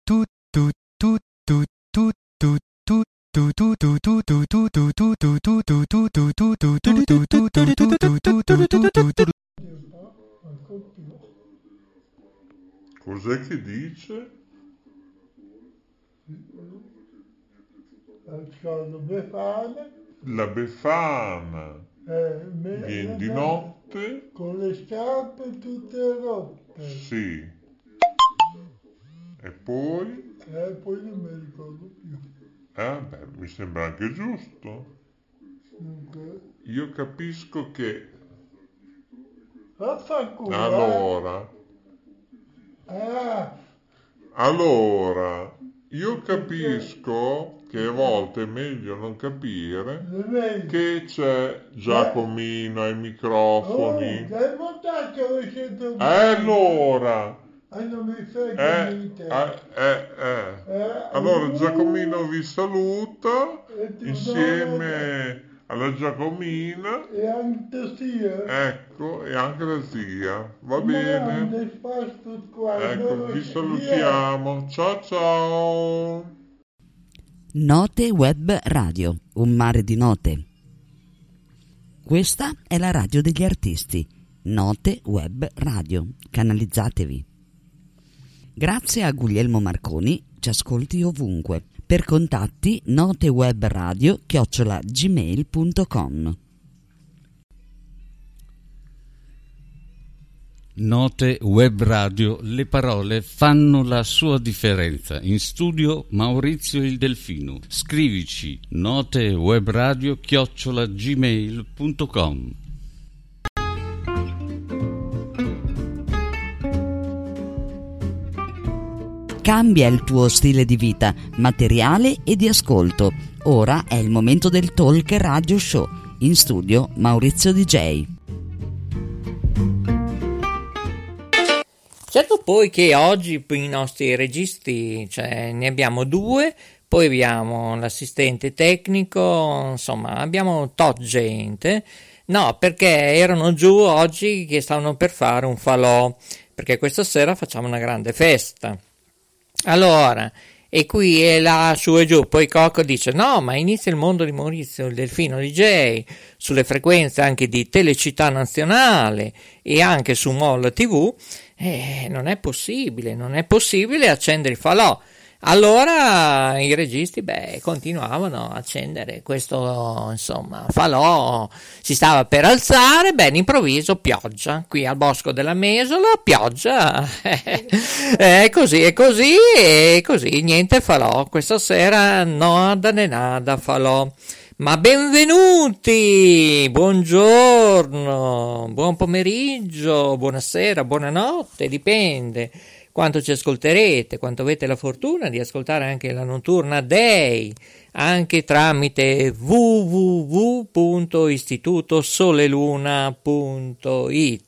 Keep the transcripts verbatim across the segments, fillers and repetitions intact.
Cos'è che dice? La Befana Eh, viene di notte con le scarpe tutte rotte. Sì. E poi? Eh, poi non mi ricordo più. Eh, beh, mi sembra anche giusto. Dunque. Io capisco che Vaffanculo. allora Ah, allora io capisco che a volte è meglio non capire non è... che c'è Giacomino ai microfoni. Oh, dai montaggio le sento Eh, allora Ah, non mi frega eh, niente. eh, eh, eh. Eh, Allora uh, Giacomino vi saluta e tu insieme alla Giacomina, e anche zia. ecco, e anche la zia. Va Ma bene? grande spazio qua, Ecco, dove vi c'è- salutiamo. Ciao ciao. Note Web Radio, un mare di note. Questa è la radio degli artisti. Note Web Radio. Canalizzatevi. Grazie a Guglielmo Marconi, ci ascolti ovunque. Per contatti notewebradio chiocciola gmail punto com. Note Web Radio, le parole fanno la sua differenza. In studio Maurizio il Delfino. Scrivici notewebradio chiocciola gmail punto com. Cambia il tuo stile di vita, materiale e di ascolto. Ora è il momento del Talk Radio Show. In studio Maurizio D J. Certo, poi che oggi i nostri registi, cioè, ne abbiamo due, poi abbiamo l'assistente tecnico, insomma abbiamo tot gente. No, perché erano giù oggi che stavano per fare un falò, perché questa sera facciamo una grande festa. Allora, e qui e là, su e giù, poi Cocco dice no, ma inizia il mondo di Maurizio il Delfino D J sulle frequenze anche di Telecittà Nazionale e anche su Mol tivù. Eh, non è possibile, non è possibile accendere il falò. Allora i registi, beh, continuavano a accendere questo, insomma, falò, si stava per alzare, beh, all'improvviso pioggia, qui al Bosco della Mesola, pioggia, è così, è così, e così, niente falò, questa sera nada né nada falò. Ma benvenuti, buongiorno, buon pomeriggio, buonasera, buonanotte, dipende quanto ci ascolterete, quanto avete la fortuna di ascoltare anche la notturna Day, anche tramite w w w punto istituto soleluna punto it.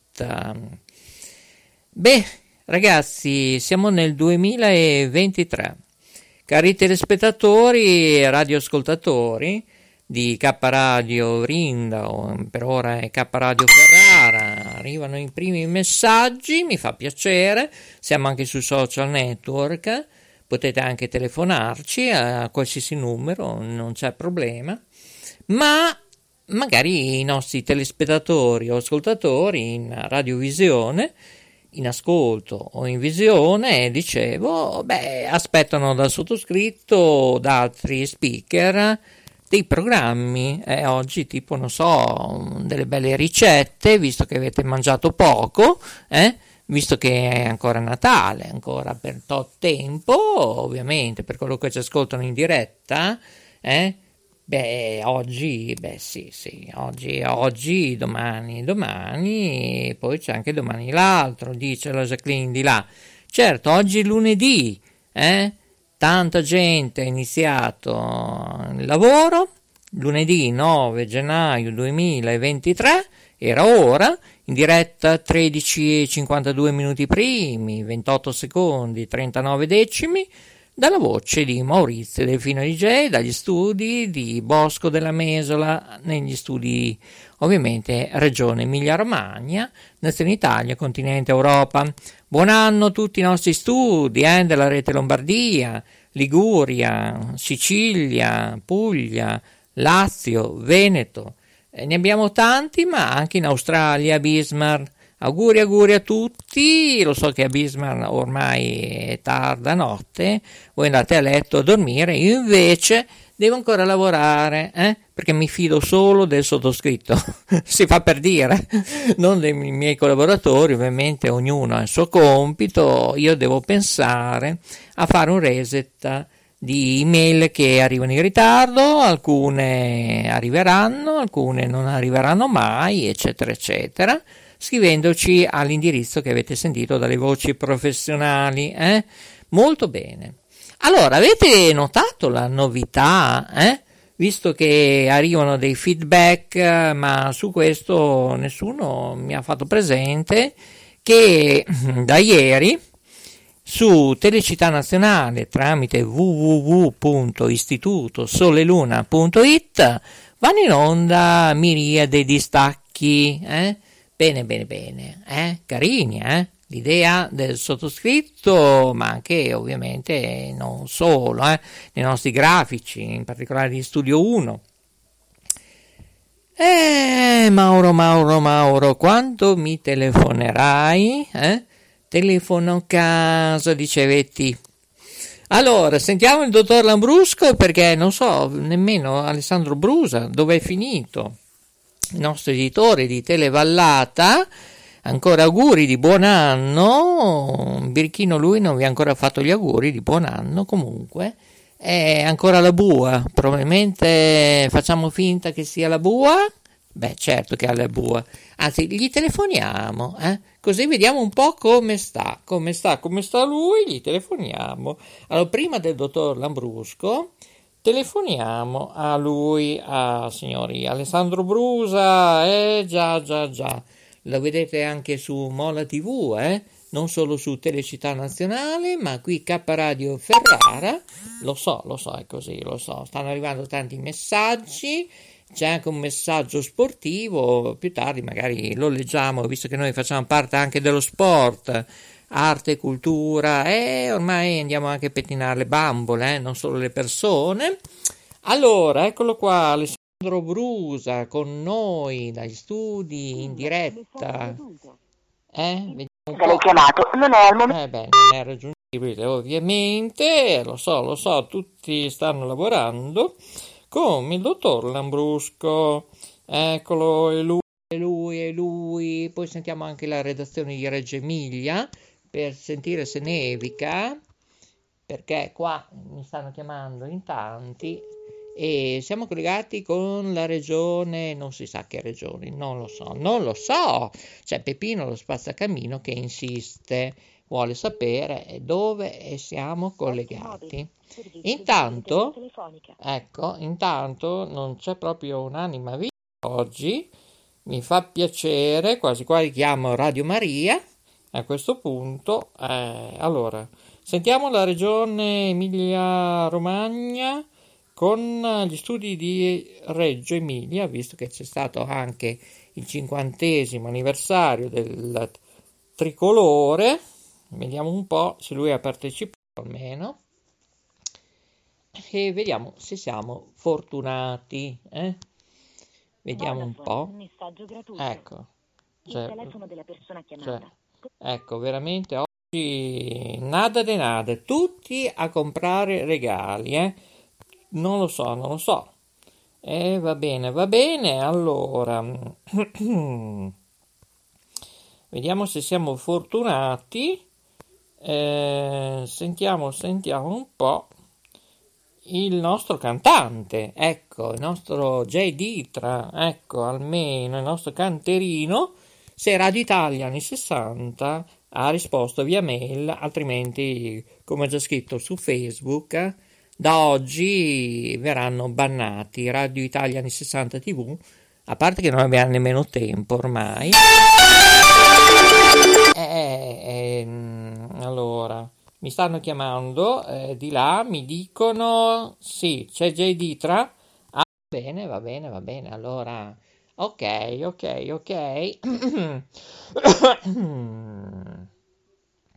Beh, ragazzi, siamo nel duemilaventitré. Cari telespettatori e radioascoltatori di K Radio Rinda, o per ora è K Radio Ferrara, arrivano i primi messaggi, mi fa piacere, siamo anche sui social network, potete anche telefonarci a qualsiasi numero, non c'è problema, ma magari i nostri telespettatori o ascoltatori in radiovisione, in ascolto o in visione, dicevo, beh, aspettano dal sottoscritto, da altri speaker, dei programmi, eh, oggi tipo, non so, delle belle ricette, visto che avete mangiato poco, eh, visto che è ancora Natale, ancora per tot tempo, ovviamente, per quello che ci ascoltano in diretta, eh, beh, oggi, beh sì, sì, oggi, oggi, domani, domani, poi c'è anche domani l'altro, dice la Jacqueline di là. Certo, oggi è lunedì, eh, tanta gente ha iniziato il lavoro, lunedì nove gennaio duemilaventitré, era ora, in diretta tredici e cinquantadue minuti primi, ventotto secondi, trentanove decimi, dalla voce di Maurizio Delfino D J, dagli studi di Bosco della Mesola, negli studi ovviamente Regione Emilia Romagna, Nazione Italia, Continente Europa. Buon anno a tutti i nostri studi eh, della Rete Lombardia, Liguria, Sicilia, Puglia, Lazio, Veneto. Eh, ne abbiamo tanti, ma anche in Australia, Bismarck. Auguri, auguri a tutti. Lo so che a Bismarck ormai è tarda notte, voi andate a letto a dormire, io invece devo ancora lavorare, eh? Perché mi fido solo del sottoscritto, si fa per dire, non dei miei collaboratori, ovviamente ognuno ha il suo compito, io devo pensare a fare un reset di email che arrivano in ritardo, alcune arriveranno, alcune non arriveranno mai, eccetera, eccetera, scrivendoci all'indirizzo che avete sentito dalle voci professionali, eh? Molto bene. Allora, avete notato la novità, eh? Visto che arrivano dei feedback, ma su questo nessuno mi ha fatto presente, che da ieri su Telecittà Nazionale tramite w w w punto istituto soleluna punto i t vanno in onda miriade di stacchi, eh? Bene, bene, bene, eh? Carini, eh? L'idea del sottoscritto, ma anche ovviamente non solo, eh, nei nostri grafici, in particolare di Studio uno. Eh, Mauro, Mauro, Mauro, quando mi telefonerai? Eh? Telefono a casa, dicevetti. Allora, sentiamo il dottor Lambrusco, perché non so nemmeno Alessandro Brusa dove è finito, il nostro editore di Televallata. Ancora auguri di buon anno. Birichino lui non vi ha ancora fatto gli auguri di buon anno, comunque è ancora la bua, probabilmente facciamo finta che sia la bua. Beh, certo che è la bua, anzi gli telefoniamo, eh? Così vediamo un po' come sta, come sta, come sta lui, gli telefoniamo. Allora, prima del dottor Lambrusco telefoniamo a lui, a signori Alessandro Brusa, eh già già già. Lo vedete anche su Mola tivù, eh? Non solo su Telecittà Nazionale, ma qui K Radio Ferrara. Lo so, lo so, è così, lo so. Stanno arrivando tanti messaggi, c'è anche un messaggio sportivo, più tardi magari lo leggiamo, visto che noi facciamo parte anche dello sport, arte, cultura, e ormai andiamo anche a pettinare le bambole, eh? Non solo le persone. Allora, eccolo qua, Alessandro Brusa con noi dagli studi in diretta. Eh, vediamo un po'. L'hai chiamato, non è al momento. Eh beh, non è raggiungibile ovviamente, lo so, lo so, tutti stanno lavorando, come il dottor Lambrusco. Eccolo, è lui, è lui, è lui. Poi sentiamo anche la redazione di Reggio Emilia per sentire se nevica, perché qua mi stanno chiamando in tanti. E siamo collegati con la regione, non si sa che regione, non lo so, non lo so. C'è Peppino lo spazzacamino che insiste, vuole sapere dove siamo collegati. Intanto, ecco, intanto non c'è proprio un'anima viva oggi, mi fa piacere, quasi quasi chiamo Radio Maria a questo punto. Eh, allora, sentiamo la regione Emilia-Romagna con gli studi di Reggio Emilia, visto che c'è stato anche il cinquantesimo anniversario del tricolore. Vediamo un po' se lui ha partecipato almeno, e vediamo se siamo fortunati, eh? Vediamo un po'. Un messaggio gratuito. Ecco, Il cioè, telefono della persona chiamata. cioè, ecco, veramente oggi nada de nada, tutti a comprare regali, eh? Non lo so, non lo so. E eh, va bene, va bene. Allora, vediamo se siamo fortunati. Eh, sentiamo, sentiamo un po' il nostro cantante. Ecco, il nostro Jay Ditra. Ecco, almeno il nostro canterino. Se Radio Italia anni sessanta ha risposto via mail, altrimenti, come ho già scritto su Facebook, da oggi verranno bannati Radio Italia anni sessanta tivù, a parte che non abbiamo nemmeno tempo ormai. Eh, eh, allora, mi stanno chiamando eh, di là, mi dicono sì, c'è Jay Ditra. Ah, bene, va bene, va bene. Allora, ok, ok, ok.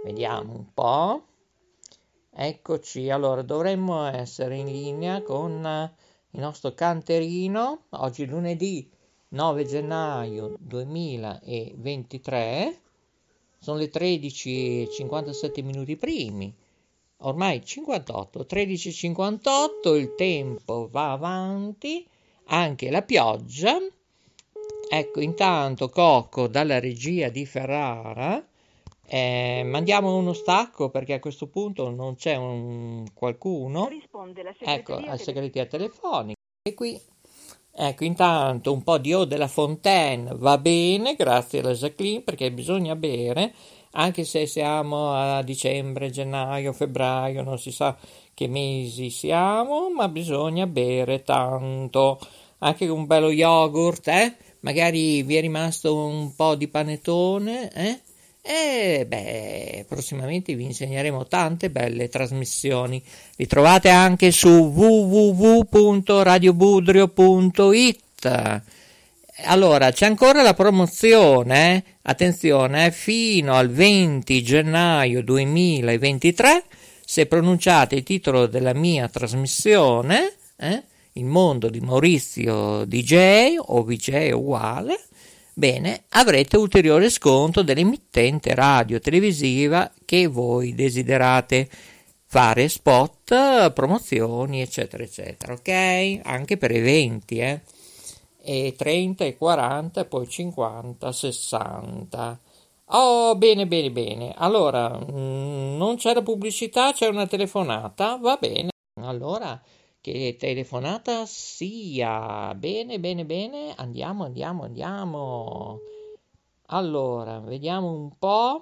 Vediamo un po'. Eccoci, allora dovremmo essere in linea con eh, il nostro canterino. Oggi è lunedì nove gennaio duemilaventitré, sono le tredici e cinquantasette minuti primi, ormai cinquantotto, tredici e cinquantotto, il tempo va avanti, anche la pioggia. Ecco, intanto Cocco dalla regia di Ferrara. Eh, mandiamo uno stacco perché a questo punto non c'è un qualcuno. Ecco, al segreteria telefonica. E qui, ecco, intanto un po' di Eau de la Fontaine va bene, grazie alla Jacqueline, perché bisogna bere, anche se siamo a dicembre, gennaio, febbraio, non si sa che mesi siamo, ma bisogna bere tanto. Anche un bello yogurt, eh? Magari vi è rimasto un po' di panettone, eh? E beh, prossimamente vi insegneremo tante belle trasmissioni. Li trovate anche su w w w punto radio budrio punto i t. Allora, c'è ancora la promozione, eh? Attenzione, eh? Fino al venti gennaio duemilaventitré, se pronunciate il titolo della mia trasmissione, eh? Il mondo di Maurizio D J o V J uguale, bene, avrete ulteriore sconto dell'emittente radio televisiva che voi desiderate fare, spot, promozioni, eccetera, eccetera, ok? Anche per eventi, eh? E trenta e quaranta e poi cinquanta, sessanta. Oh, bene, bene, bene. Allora, mh, non c'è la pubblicità, c'è una telefonata, va bene. Allora, che telefonata sia. Bene, bene, bene. Andiamo, andiamo, andiamo. Allora, vediamo un po'.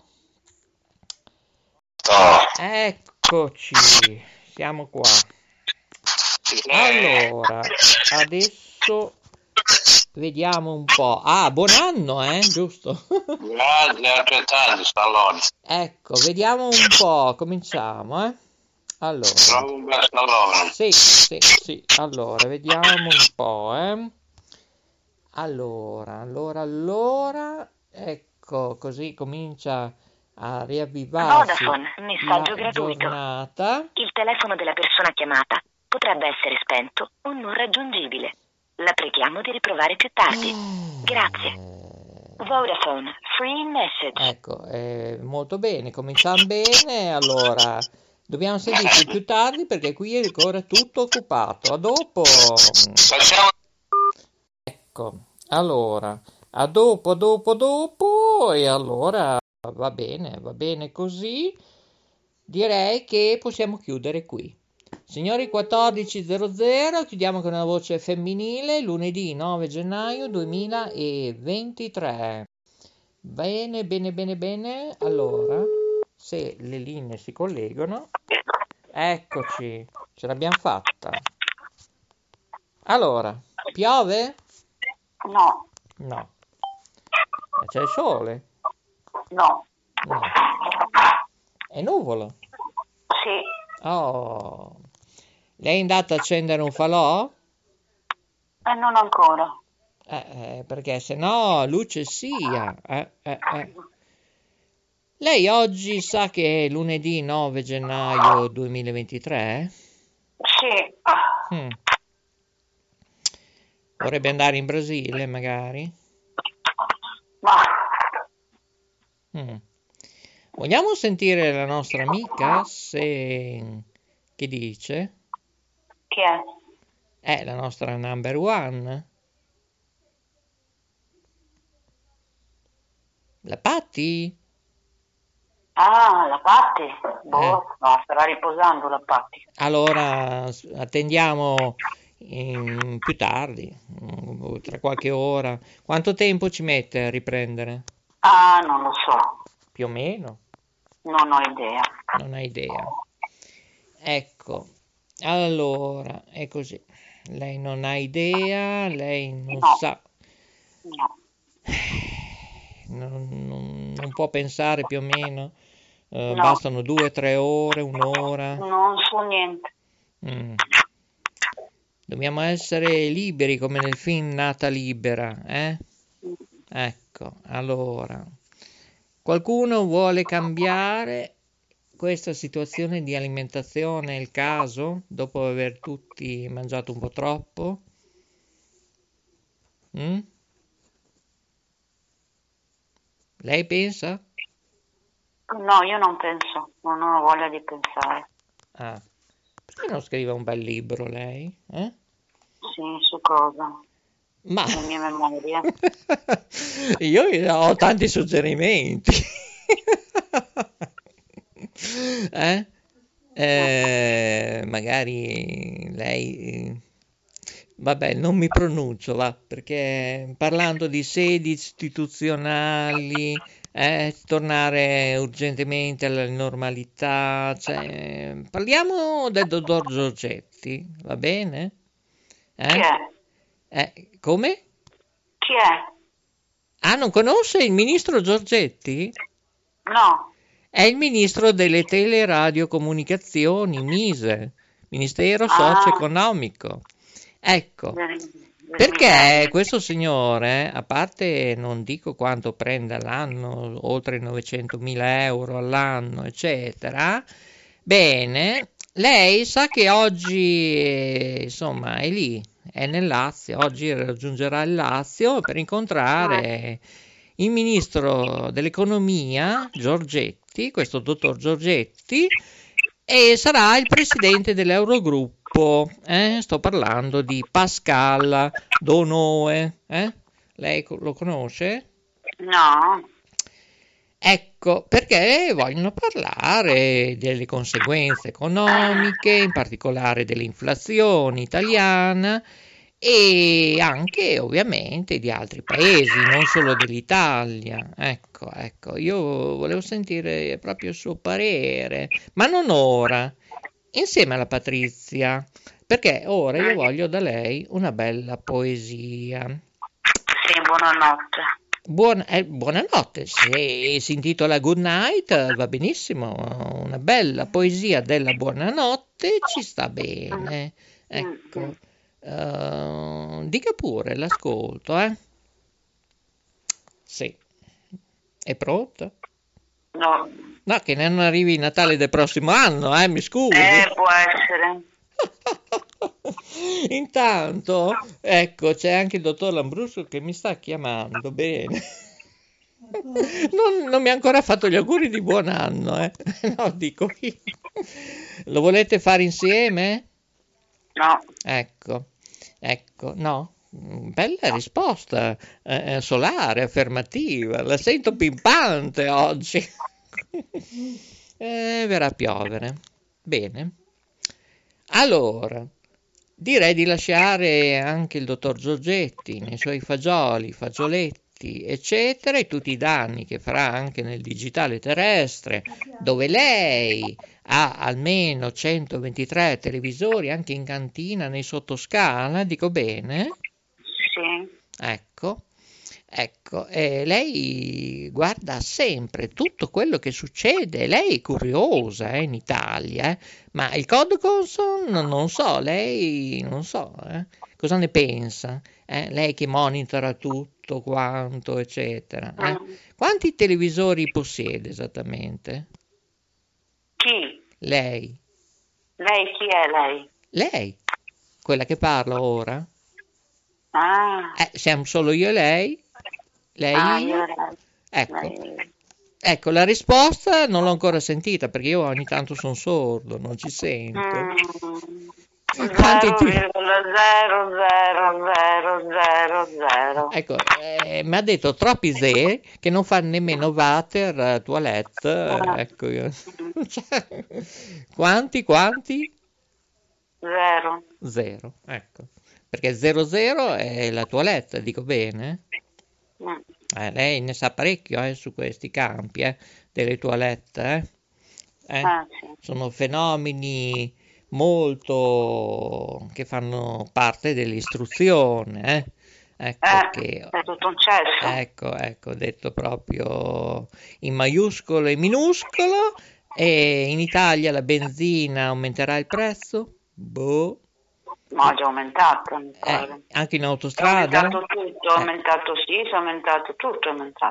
Eccoci, siamo qua. Allora, adesso vediamo un po'. Ah, buon anno, eh, giusto? Grazie, altrettanto, Stallone. Ecco, vediamo un po'. Cominciamo, eh. Allora, Trovo un bel Stallone. sì, sì, sì. Allora, vediamo un po', eh. Allora, allora, allora, ecco, così comincia a riavvivarsi Vodafone, messaggio la gratuito. giornata. Il telefono della persona chiamata potrebbe essere spento o non raggiungibile. La preghiamo di riprovare più tardi. Grazie. Vodafone, free message. Ecco, eh, molto bene, cominciamo bene. Allora, dobbiamo sentirci più tardi perché qui è ancora tutto occupato. A dopo. Facciamo Ecco, allora, a dopo, a dopo, a dopo, e allora va bene, va bene così. Direi che possiamo chiudere qui. Signori, quattordici e zero zero, chiudiamo con una voce femminile, lunedì nove gennaio duemilaventitré. Bene, bene, bene, bene. Allora, se le linee si collegano, eccoci, ce l'abbiamo fatta. Allora, piove? No, No. Ma c'è il sole? no, No. È nuvolo? sì, Oh. Lei è andata a accendere un falò? e non ancora. Eh, eh, perché se no luce sia. Eh, eh, eh. Lei oggi sa che è lunedì nove gennaio duemilaventitré? Sì, Mm. Vorrebbe andare in Brasile magari? ma Mm. Vogliamo sentire la nostra amica se... che dice? chi è? È la nostra number one? La Patti? Ah, la Patti? Boh, Eh. no, starà riposando la Patti. Allora s- attendiamo in- più tardi, mm, tra qualche ora. Quanto tempo ci mette a riprendere? Ah, non lo so, Più o meno? non ho idea. Non hai idea. Ecco, allora, è così. Lei non ha idea, lei non No. sa, No, non, non- non può pensare più o meno. Eh, No. bastano due, tre ore, un'ora. non so niente. Mm. Dobbiamo essere liberi come nel film Nata Libera, eh? Ecco, allora, Qualcuno vuole cambiare questa situazione di alimentazione, è il caso, dopo aver tutti mangiato un po' troppo? Mm? Lei pensa? No, io non penso, non ho voglia di pensare. Ah, perché non scrive un bel libro lei? Eh? Sì, su cosa? Ma Le mie memorie. io ho tanti suggerimenti. eh? Eh, magari lei... Vabbè, non mi pronuncio, va, perché parlando di sedi istituzionali, eh, tornare urgentemente alla normalità, cioè, parliamo del dottor Giorgetti, va bene? Eh? Chi è? Eh, come? Chi è? Ah, non conosce il ministro Giorgetti? No. È il ministro delle teleradiocomunicazioni, MISE, Ministero Ah. Socio-Economico. Ecco, perché questo signore, a parte non dico quanto prende all'anno, oltre novecentomila euro all'anno, eccetera, bene, lei sa che oggi, eh, insomma, è lì, è nel Lazio, oggi raggiungerà il Lazio per incontrare il ministro dell'economia, Giorgetti, questo dottor Giorgetti, e sarà il presidente dell'Eurogruppo. Eh? Sto parlando di Pascal Donoe. Eh? Lei lo conosce? No. Ecco, perché vogliono parlare delle conseguenze economiche, in particolare dell'inflazione italiana e anche ovviamente di altri paesi, non solo dell'Italia. Ecco, ecco, io volevo sentire proprio il suo parere, ma non ora, insieme alla Patrizia, perché ora io voglio da lei una bella poesia. Sì, buonanotte. Buona, eh, buonanotte, se si intitola Good Night va benissimo, una bella poesia della buonanotte ci sta bene, ecco, uh, dica pure, l'ascolto, eh? Sì, è pronta? No. No, che non arrivi Natale del prossimo anno, eh, mi scusi. Eh, può essere. Intanto, ecco, c'è anche il dottor Lambrusco che mi sta chiamando, bene. Non, non mi ha ancora fatto gli auguri di buon anno, eh. No, dico io. Lo volete fare insieme? No. Ecco, ecco, no. Bella risposta, eh, solare, affermativa, la sento pimpante oggi. eh, verrà a piovere. Bene. Allora, direi di lasciare anche il dottor Giorgetti nei suoi fagioli, fagioletti, eccetera, e tutti i danni che farà anche nel digitale terrestre, dove lei ha almeno centoventitré televisori anche in cantina, nei sottoscala, dico bene? Sì. Ecco. Ecco, eh, lei guarda sempre tutto quello che succede, lei è curiosa eh, in Italia, eh? Ma il Codicons non so, lei non so, eh? Cosa ne pensa? Eh? Lei che monitora tutto quanto, eccetera. Eh? Mm. Quanti televisori possiede esattamente? Chi? Lei. Lei chi è lei? Lei, quella che parla ora? Ah. Eh, siamo solo io e lei? Lei? Ah, io lei. Ecco. Lei. Ecco, la risposta non l'ho ancora sentita perché io ogni tanto sono sordo, non ci sento. Mm. Quanti zero ti- virgola zero zero zero zero zero. Ecco, eh, mi ha detto troppi ze che non fa nemmeno water, eh, toilette, eh, ecco io. Cioè, quanti, quanti? Zero. Zero, ecco. Perché zero zero è la toilette, dico bene? Mm. Eh, lei ne sa parecchio eh, su questi campi, eh, delle toilette, eh? Eh? Ah, sì. Sono fenomeni molto che fanno parte dell'istruzione, eh? Ecco Eh, che, è tutto un cesso. ecco, ecco, detto proprio in maiuscolo e minuscolo. E in Italia la benzina aumenterà il prezzo? Boh. Ma è già aumentato, mi pare. Eh, anche in È autostrada? aumentato tutto, è Eh. aumentato sì, è aumentato tutto, è aumentato.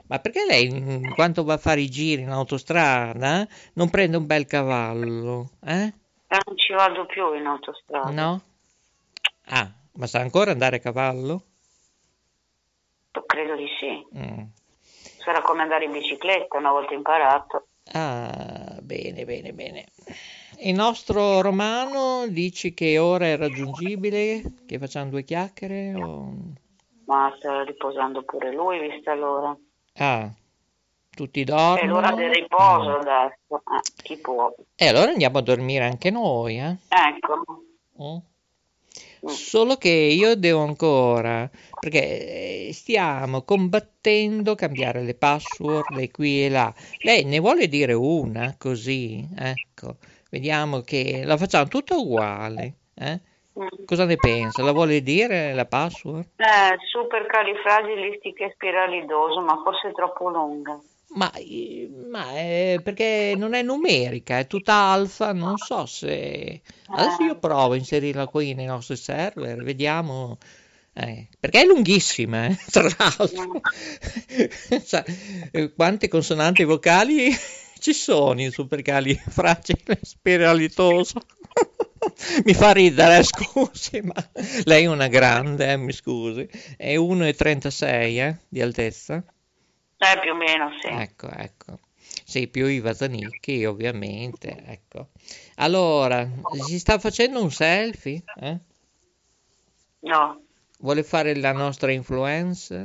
Ma perché lei, in quanto va a fare i giri in autostrada, non prende un bel cavallo, eh? E non ci vado più in autostrada. No? Ah, ma sa ancora andare a cavallo? Credo di sì. Mm. Sarà come andare in bicicletta, una volta imparato. Ah, bene, bene, bene. Il nostro Romano dici che ora è raggiungibile? Che facciamo due chiacchiere? O... Ma sta riposando pure lui, vista l'ora. Ah, tutti È dormono? l'ora del riposo Mm. adesso. Eh, chi può? E allora andiamo a dormire anche noi, eh? Ecco. Mm. Mm. Solo che io devo ancora, perché eh, stiamo combattendo cambiare le password e qui e là. Lei ne vuole dire una così? Ecco, vediamo che la facciamo tutta uguale. Eh? Mm. Cosa ne pensa? La vuole dire la password? Eh, supercalifragilistichespiralidoso, ma forse è troppo lunga. Ma, eh, ma è perché non è numerica, è tutta alfa, non so se... Adesso io Eh, provo a inserirla qui nei nostri server, vediamo... eh, perché è lunghissima, eh, tra l'altro. Sa- eh, quante consonanti vocali ci sono in supercalifragile spiralitoso? Mi fa ridere, scusi, ma lei è una grande, eh, mi scusi. È uno virgola trentasei eh, di altezza. eh, più o meno, sì. Ecco, ecco. Sì, più i Vasanicchi, ovviamente, ecco. Allora, si sta facendo un selfie? Eh? No. Vuole fare la nostra influencer?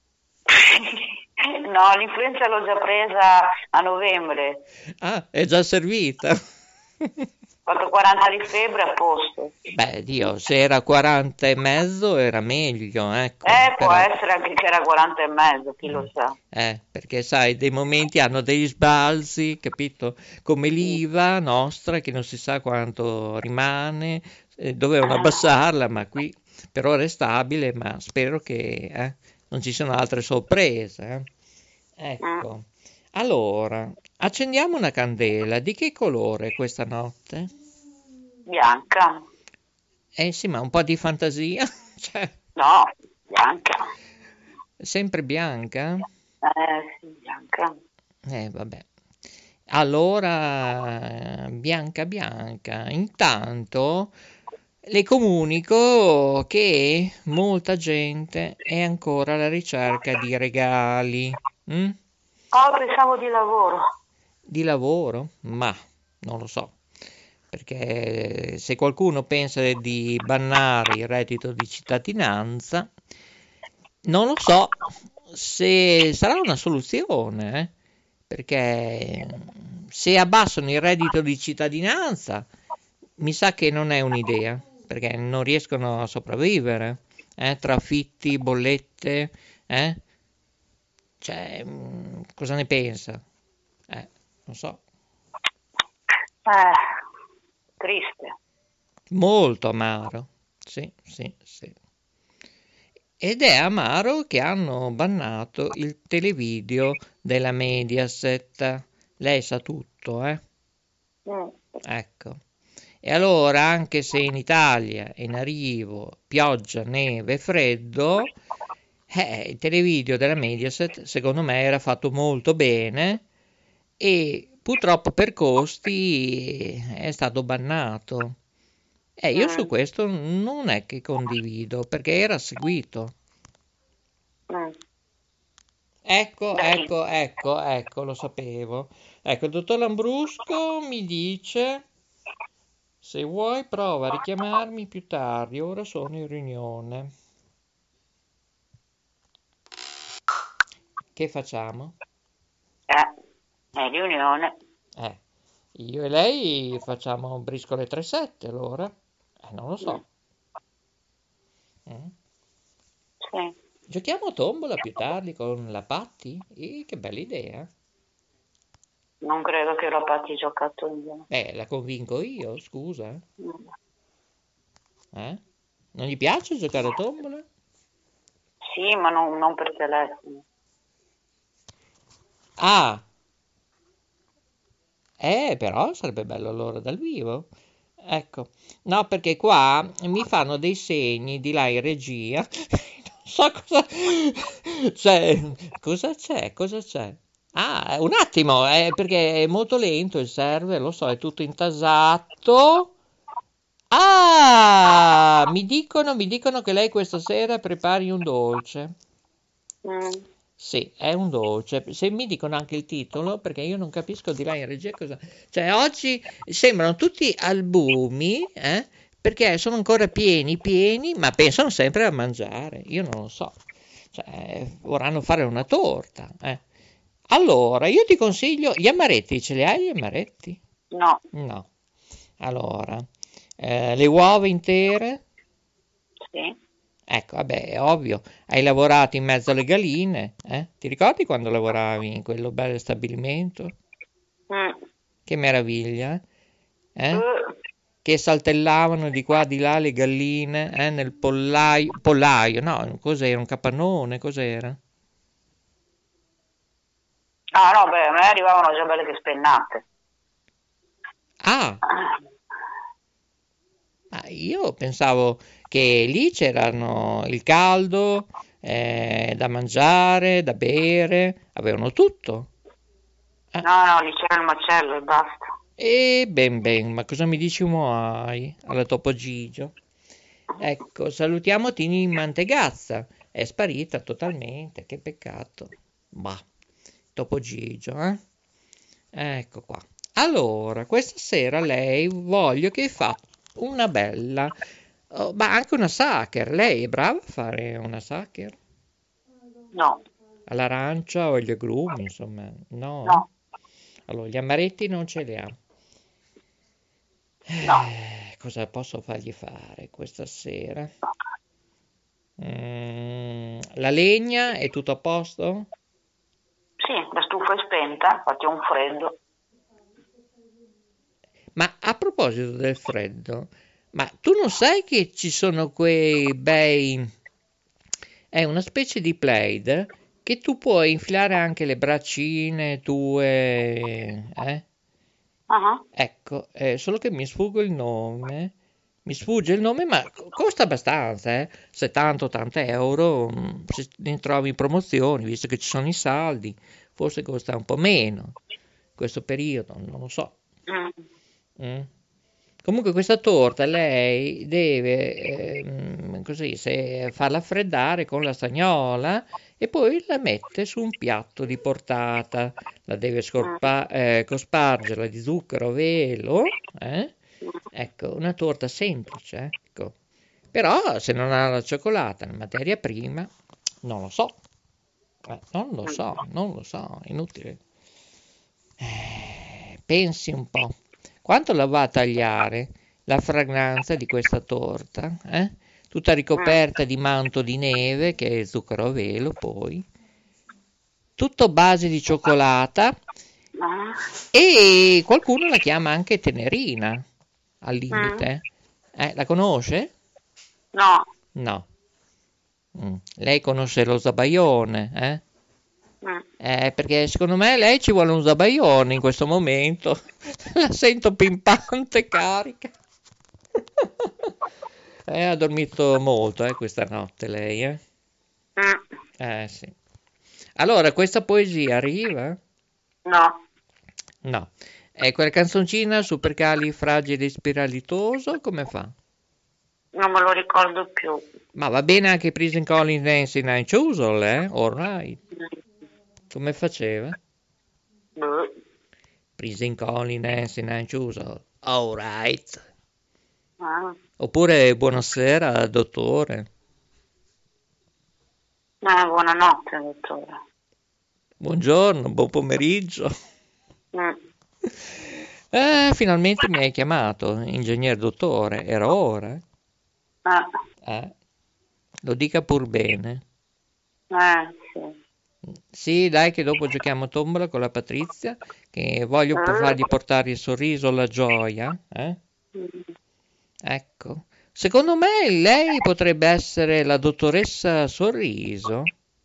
No, l'influenza l'ho già presa a novembre. Ah, è già servita. Ho fatto quaranta di febbre a posto. Beh, Dio, se era quaranta e mezzo era meglio, ecco. Eh, può però- essere anche che era quaranta e mezzo, chi lo sa. Eh, perché sai, dei momenti hanno degli sbalzi, capito? Come l'I V A nostra, che non si sa quanto rimane, eh, dovevano abbassarla, ma qui per ora è stabile, ma spero che eh, non ci siano altre sorprese. eh. Ecco, allora, accendiamo una candela. Di che colore questa notte? Bianca. Eh sì, ma un po' di fantasia, cioè, No, bianca. sempre bianca? Eh, sì, bianca. Eh, vabbè. Allora, Bianca Bianca, intanto le comunico che molta gente è ancora alla ricerca di regali. Mm? Oh, pensavo di lavoro. Di lavoro? Ma non lo so, perché se qualcuno pensa di bannare il reddito di cittadinanza, non lo so se sarà una soluzione, eh? Perché se abbassano il reddito di cittadinanza, mi sa che non è un'idea, perché non riescono a sopravvivere, eh? Tra affitti, bollette, eh? Cioè, mm, cosa ne pensa? Eh, non so. Eh, triste. Molto amaro, sì, sì, sì. Ed è amaro che hanno bannato il televideo della Mediaset. Lei sa tutto, eh? Mm. Ecco. E allora, anche se in Italia è in arrivo pioggia, neve e freddo, eh, il televideo della Mediaset, secondo me, era fatto molto bene e purtroppo per costi è stato bannato. Eh, io su Mm. questo non è che condivido, perché era seguito. Mm. Ecco, Da chi? ecco, ecco, ecco, lo sapevo. Ecco, il dottor Lambrusco mi dice, se vuoi prova a richiamarmi più tardi, ora sono in riunione. Che facciamo? Eh, è riunione. Eh, io e lei facciamo briscole tre sette allora? Eh, non lo so. Mm? Sì. Giochiamo a tombola più tardi con la Patti? Eh, che bella idea. Non credo che la Patti gioca a tombola. Eh, la convinco io, scusa. Mm. Eh? Non gli piace giocare a tombola? Sì, ma non, non per telefono. Ah, eh, però sarebbe bello allora dal vivo. Ecco, no, perché qua mi fanno dei segni di là in regia. Non so cosa... Cioè, cosa c'è? Cosa c'è? Ah, un attimo, eh, perché è molto lento il server, lo so, è tutto intasato. Ah, mi dicono, mi dicono che lei questa sera prepari un dolce. Mm. Sì, è un dolce. Se mi dicono anche il titolo, perché io non capisco di là in regia cosa... Cioè, oggi sembrano tutti albumi, eh? Perché sono ancora pieni, pieni, ma pensano sempre a mangiare. Io non lo so. Cioè, vorranno fare una torta, eh. Allora, io ti consiglio... Gli amaretti, ce li hai gli amaretti? No. No. Allora, eh, le uova intere? Sì. Ecco, vabbè, è ovvio, hai lavorato in mezzo alle galline, eh? Ti ricordi quando lavoravi in quello bello stabilimento? Mm. Che meraviglia, eh? Uh. Che saltellavano di qua di là le galline, eh? Nel pollaio, pollaio, no, cos'era, un capannone, cos'era? Ah, no, beh, a me arrivavano già belle che spennate. Ah, ma io pensavo che lì c'erano il caldo, eh, da mangiare, da bere, avevano tutto. No, no, lì c'era il macello e basta. E ben ben, ma cosa mi dici muoi alla Topo Gigio? Ecco, salutiamo Tini Mantegazza, è sparita totalmente, che peccato. Bah, Topo Gigio, eh? Ecco qua. Allora, questa sera lei voglio che fa una bella, oh, ma anche una sacher. Lei è brava a fare una sacher? No. All'arancia o agli agrumi, insomma, no? No. Allora, gli amaretti non ce li ha. No. Eh, cosa posso fargli fare questa sera? Mm, la legna è tutto a posto? Sì, la stufa è spenta, infatti è un freddo. Ma a proposito del freddo, ma tu non sai che ci sono quei bei... È una specie di plaid che tu puoi infilare anche le braccine tue, eh? Uh-huh. Ecco, eh, solo che mi sfugge il nome, mi sfugge il nome, ma costa abbastanza, eh? settanta ottanta euro, se ne trovi in promozioni, visto che ci sono i saldi, forse costa un po' meno, in questo periodo, non lo so. Mm. Mm. Comunque questa torta lei deve eh, così, se farla freddare con la stagnola e poi la mette su un piatto di portata, la deve scorpa- eh, cospargerla di zucchero a velo, eh? Ecco, una torta semplice, ecco. Però se non ha la cioccolata, la materia prima, non lo so, eh, non lo so, non lo so, inutile. Eh, pensi un po'. Quanto la va a tagliare la fragranza di questa torta? Eh? Tutta ricoperta di manto di neve, che è zucchero a velo, poi. Tutto base di cioccolata. E qualcuno la chiama anche tenerina, al limite. Eh, la conosce? No. No. Mm. Lei conosce lo zabaione, eh? Eh, perché secondo me lei ci vuole un zabaione in questo momento. La sento pimpante, carica. eh, ha dormito molto eh, questa notte lei, eh? Eh sì. Allora, questa poesia arriva? No. No. E quella canzoncina supercalifragilispiralitoso come fa? Non me lo ricordo più. Ma va bene anche Prison Calling Nancy Nine Choosel, eh? All right. Come faceva? Boh. Prison Calling Nancy Nine Choosel. All right. Ah. Oppure buonasera, dottore. Eh, buonanotte, dottore. Buongiorno, buon pomeriggio. Mm. Eh, finalmente mi hai chiamato, ingegner dottore. Era ora? Eh. Eh. Lo dica pur bene. Eh, sì. Sì, dai che dopo giochiamo a tombola con la Patrizia, che voglio fargli portare il sorriso, la gioia. Eh? Ecco. Secondo me lei potrebbe essere la dottoressa Sorriso.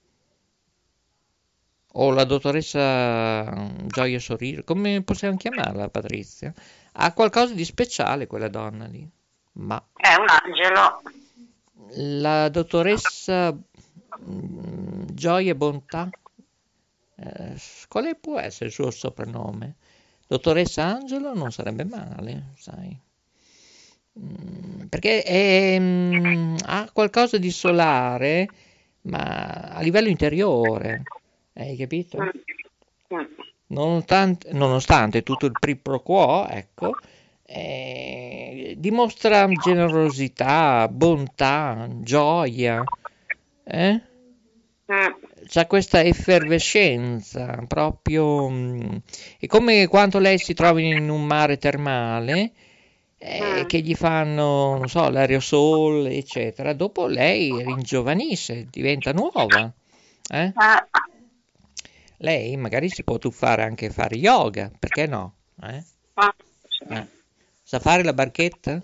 O la dottoressa Gioia Sorriso, come possiamo chiamarla, Patrizia? Ha qualcosa di speciale quella donna lì. Ma è un angelo. la dottoressa Mm, Gioia e bontà. Eh, quale può essere il suo soprannome? Dottoressa Angelo non sarebbe male, sai. Mm, perché è, mm, ha qualcosa di solare, ma a livello interiore, hai capito? Nonostante, nonostante tutto il pri pro quo, ecco, eh, dimostra generosità, bontà, gioia, eh? C'ha questa effervescenza, proprio, mm, è come quando lei si trova in un mare termale, eh, che gli fanno, non so, l'aerosol, eccetera. Dopo lei ringiovanisce, diventa nuova, eh? Lei magari si può tuffare anche a fare yoga, perché no? Eh? Eh. Sa fare la barchetta?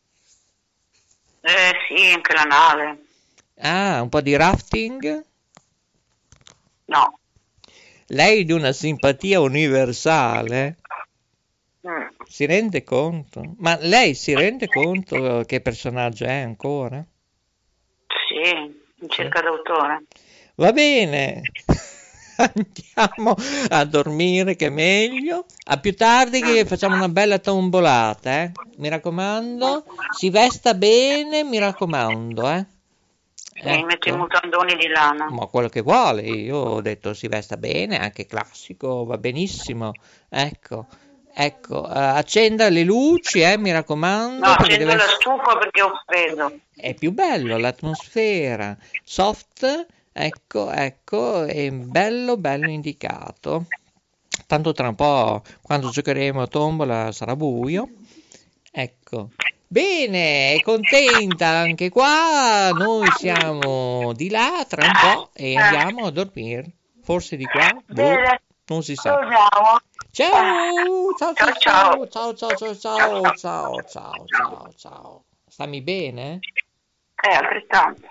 Eh sì, anche la nave. Ah, un po' di rafting? No. Lei di una simpatia universale? Mm. Si rende conto? Ma lei si rende conto che personaggio è ancora? Sì, in cerca d'autore. Va bene, andiamo a dormire che è meglio. A più tardi che facciamo una bella tombolata, eh? Mi raccomando, si vesta bene, mi raccomando, eh? Sì, ecco. Metto i mutandoni di lana. Ma quello che vuole, io ho detto si vesta bene, anche classico, va benissimo, ecco. Ecco, uh, accenda le luci, eh, mi raccomando. No, accendo deve... la stufa perché ho freddo. È più bello l'atmosfera, soft, ecco, ecco, è bello, bello indicato. Tanto tra un po', quando giocheremo a tombola, sarà buio. Ecco. Bene, è contenta anche qua, noi siamo di là tra un po' e andiamo a dormire. Forse di qua, boh, non si sa. Ciao, ciao, ciao, ciao, ciao, ciao, ciao, ciao, ciao, ciao, ciao, ciao. Stammi bene? Eh, altrettanto.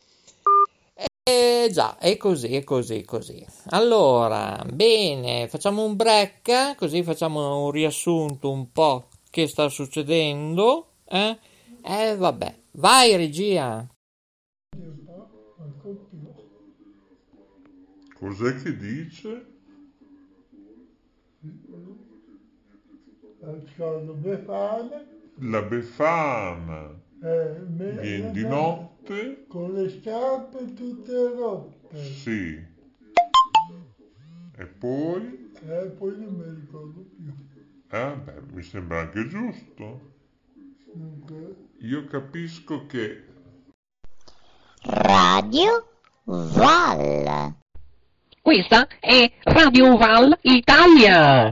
Eh già, è così, è così, è così. Allora, bene, facciamo un break, così facciamo un riassunto un po' che sta succedendo, eh? Eh, vabbè, vai regia. Cos'è che dice? La Befana eh, viene di notte con le scarpe tutte rotte. Sì. E poi? Eh, poi non mi ricordo più. Eh, beh, mi sembra anche giusto. Dunque. Io capisco che Radio Val. Questa è Radio Val Italia.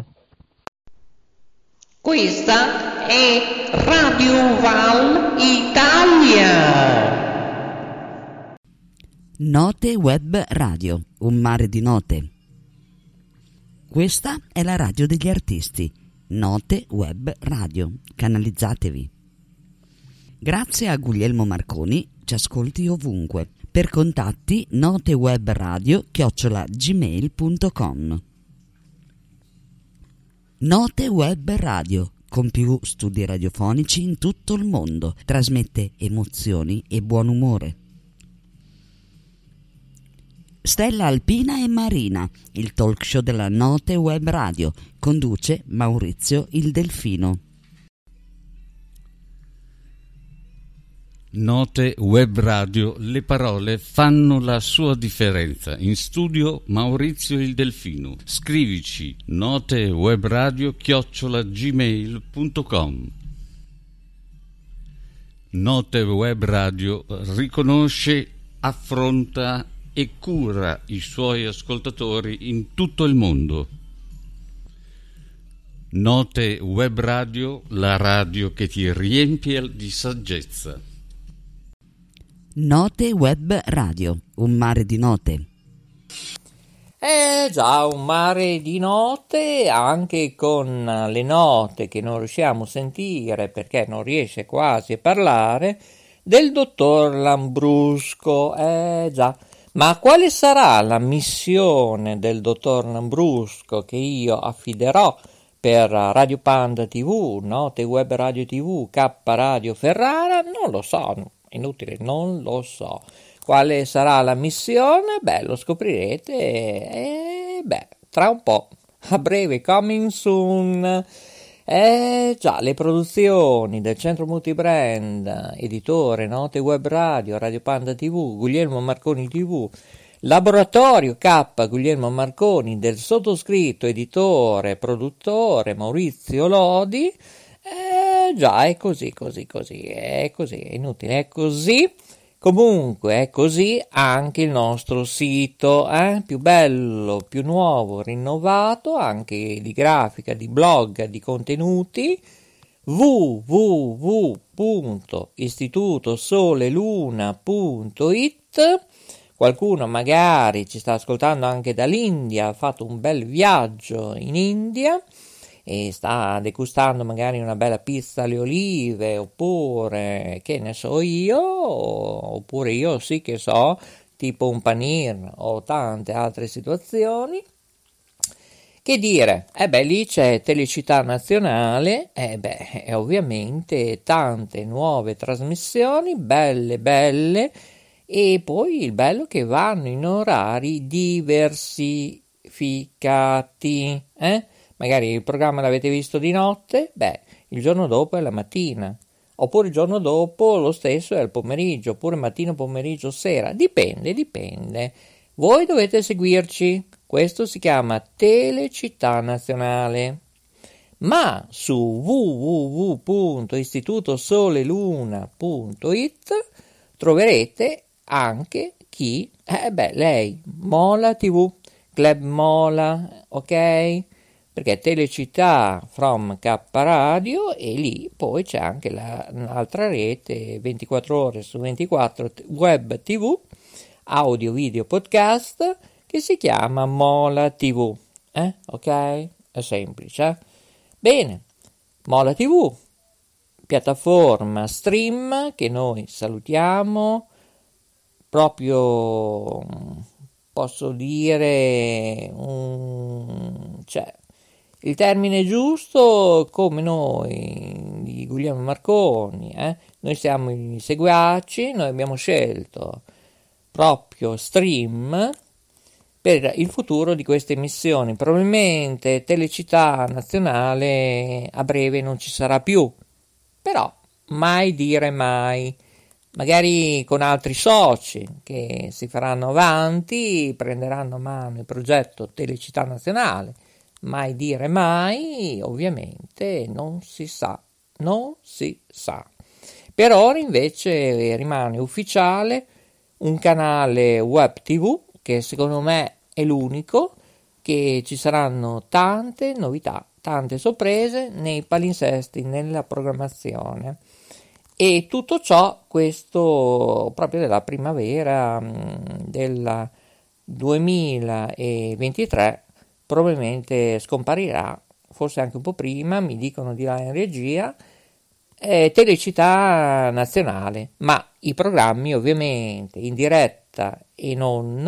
Questa è Radio Val Italia. Note Web Radio, un mare di note. Questa è la radio degli artisti. Note Web Radio, canalizzatevi. Grazie a Guglielmo Marconi, ci ascolti ovunque. Per contatti notewebradio chiocciola gmail punto com. Note Web Radio, con più studi radiofonici in tutto il mondo, trasmette emozioni e buon umore. Stella Alpina e Marina, il talk show della Note Web Radio, conduce Maurizio il Delfino. Note Web Radio, le parole fanno la sua differenza. In studio Maurizio il Delfino. Scrivici notewebradio chiocciola gmail punto com. Note Web Radio riconosce, affronta e cura i suoi ascoltatori in tutto il mondo. Note Web Radio, la radio che ti riempie di saggezza. Note Web Radio, un mare di note. Eh già, un mare di note, anche con le note che non riusciamo a sentire perché non riesce quasi a parlare, del dottor Lambrusco. Eh già, ma quale sarà la missione del dottor Lambrusco che io affiderò per Radio Panda tivù, Note Web Radio tivù, K Radio Ferrara? Non lo so. Inutile, non lo so. Quale sarà la missione? Beh, lo scoprirete e beh, tra un po', a breve, coming soon. Eh già, le produzioni del Centro Multibrand, editore, Note Web Radio, Radio Panda tivù, Guglielmo Marconi tivù, Laboratorio K Guglielmo Marconi, del sottoscritto, editore, produttore Maurizio Lodi. Eh già, è così, così, così, è così, è inutile, è così. Comunque è così anche il nostro sito, eh? Più bello, più nuovo, rinnovato, anche di grafica, di blog, di contenuti, w w w punto istituto sole luna punto it. Qualcuno magari ci sta ascoltando anche dall'India, ha fatto un bel viaggio in India e sta degustando magari una bella pizza alle olive, oppure che ne so io, oppure io sì che so, tipo un panir o tante altre situazioni. Che dire, eh beh, lì c'è Telecittà Nazionale, eh beh, e ovviamente tante nuove trasmissioni, belle belle, e poi il bello che vanno in orari diversificati, eh? Magari il programma l'avete visto di notte, beh, il giorno dopo è la mattina, oppure il giorno dopo lo stesso è il pomeriggio, oppure mattino, pomeriggio, sera, dipende, dipende. Voi dovete seguirci, questo si chiama Telecittà Nazionale. Ma su w w w punto istituto sole luna punto it troverete anche chi? Eh beh, lei, Mola tivù, Club Mola, ok? Perché Telecittà from K Radio, e lì poi c'è anche la, un'altra rete ventiquattro ore su ventiquattro web tivù, audio, video, podcast, che si chiama Mola tivù, eh? Ok? È semplice, eh? Bene, Mola tivù, piattaforma stream che noi salutiamo, proprio posso dire un... cioè, il termine giusto, come noi di Guglielmo Marconi, eh? Noi siamo i seguaci, noi abbiamo scelto proprio stream per il futuro di queste emissioni. Probabilmente Telecittà Nazionale a breve non ci sarà più, però mai dire mai. Magari con altri soci che si faranno avanti, prenderanno a mano il progetto Telecittà Nazionale. Mai dire mai, ovviamente non si sa, non si sa. Per ora invece rimane ufficiale un canale web tivù che secondo me è l'unico, che ci saranno tante novità, tante sorprese nei palinsesti, nella programmazione. E tutto ciò, questo proprio della primavera del duemilaventitré, probabilmente scomparirà, forse anche un po' prima, mi dicono di là in regia, eh, Telecittà Nazionale, ma i programmi ovviamente in diretta e non,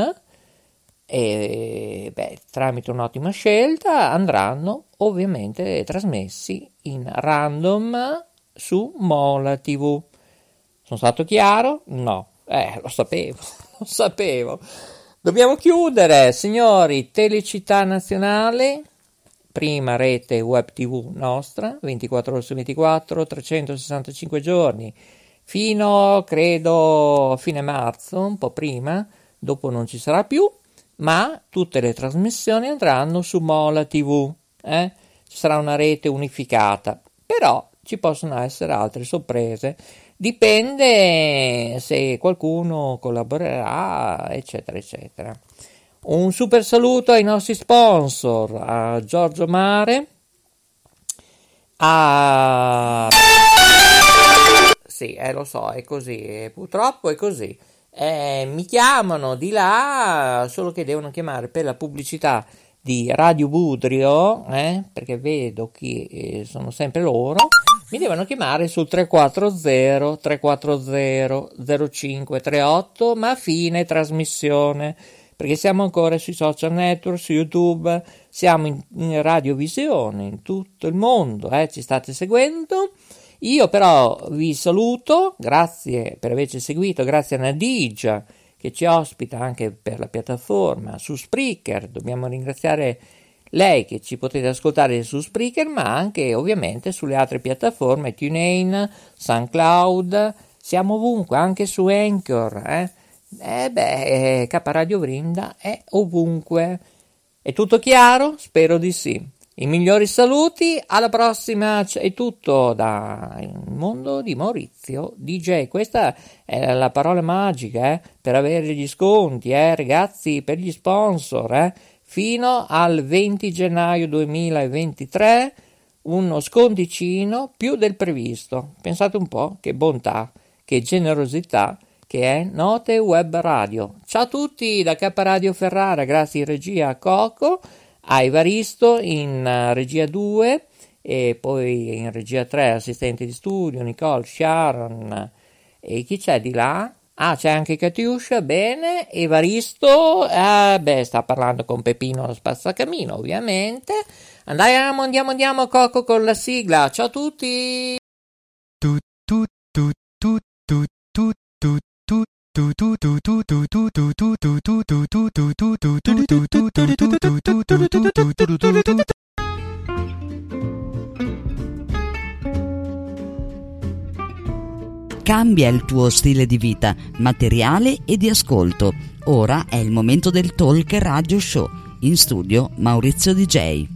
eh, beh, tramite un'ottima scelta, andranno ovviamente trasmessi in random su Mola tivù. Sono stato chiaro? No, eh, lo sapevo, lo sapevo. Dobbiamo chiudere, signori. Telecittà Nazionale, prima rete web tivù nostra, ventiquattro ore su ventiquattro, trecentosessantacinque giorni, fino, credo, a fine marzo, un po' prima, dopo non ci sarà più, ma tutte le trasmissioni andranno su Mola tivù, eh? Ci sarà una rete unificata, però ci possono essere altre sorprese. Dipende se qualcuno collaborerà, eccetera, eccetera. Un super saluto ai nostri sponsor, a Giorgio Mare, a... Sì, eh, lo so, è così, purtroppo è così. Eh, mi chiamano di là, solo che devono chiamare per la pubblicità di Radio Budrio, eh, perché vedo che eh, sono sempre loro. Mi devono chiamare sul tre quattro zero tre quattro zero zero cinque tre otto, ma a fine trasmissione, perché siamo ancora sui social network, su YouTube, siamo in, in radiovisione in tutto il mondo, eh, ci state seguendo. Io però vi saluto, grazie per averci seguito, grazie a Nadigia che ci ospita anche per la piattaforma su Spreaker. Dobbiamo ringraziare lei che ci potete ascoltare su Spreaker, ma anche ovviamente sulle altre piattaforme, TuneIn, SoundCloud, siamo ovunque, anche su Anchor. Eh, eh beh, K Radio Vrinda è ovunque. È tutto chiaro? Spero di sì. I migliori saluti, alla prossima, è tutto dal mondo di Maurizio D J. Questa è la parola magica eh, per avere gli sconti, eh, ragazzi, per gli sponsor, eh, fino al venti gennaio duemilaventitré, uno sconticino più del previsto. Pensate un po', che bontà, che generosità che è Note Web Radio. Ciao a tutti da K Radio Ferrara, grazie in regia a Coco, a Evaristo in uh, regia due e poi in regia tre assistenti di studio Nicole, Sharon e chi c'è di là? Ah, c'è anche Katiuscia, bene, Evaristo, eh, beh, sta parlando con Peppino lo spazzacamino ovviamente. Andiamo, andiamo, andiamo Coco con la sigla, ciao a tutti! Tu, tu, tu, tu, tu, tu, tu. Cambia il tuo stile di vita, materiale e di ascolto. Ora è il momento del Talk Radio Show. In studio Maurizio D J.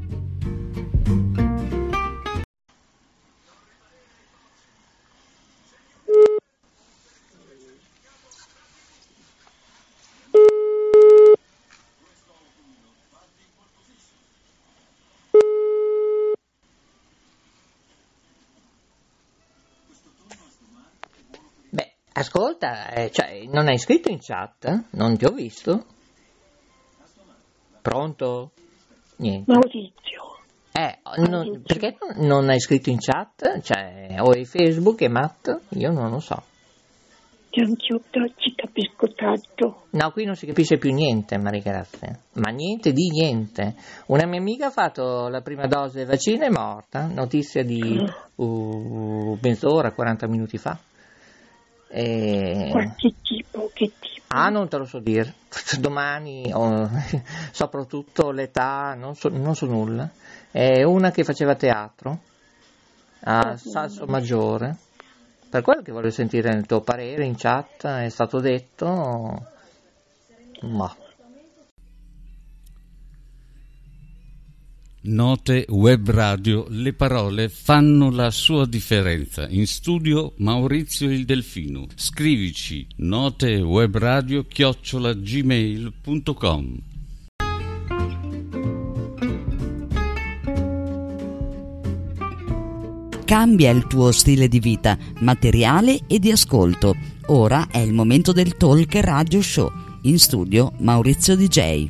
Ascolta, eh, cioè, non hai scritto in chat? Non ti ho visto? Pronto? Niente. Maurizio. Eh, non, perché non, non hai scritto in chat? Cioè, o è Facebook è Matt? Io non lo so. Anch'io ci capisco tanto. No, qui non si capisce più niente, Maria Grazia. Ma niente di niente. Una mia amica ha fatto la prima dose del vaccino e è morta. Notizia di uh, mezz'ora, quaranta minuti fa. E... Qualche tipo, che tipo? Ah, non te lo so dire. Domani, oh, soprattutto l'età, non so, non so nulla. È una che faceva teatro a Salso Maggiore. Per quello che voglio sentire il tuo parere in chat, è stato detto. Ma. Note Web Radio, le parole fanno la sua differenza. In studio Maurizio il Delfino. Scrivici notewebradio chiocciola gmail punto com. Cambia il tuo stile di vita, materiale e di ascolto. Ora è il momento del Talk Radio Show. In studio Maurizio D J.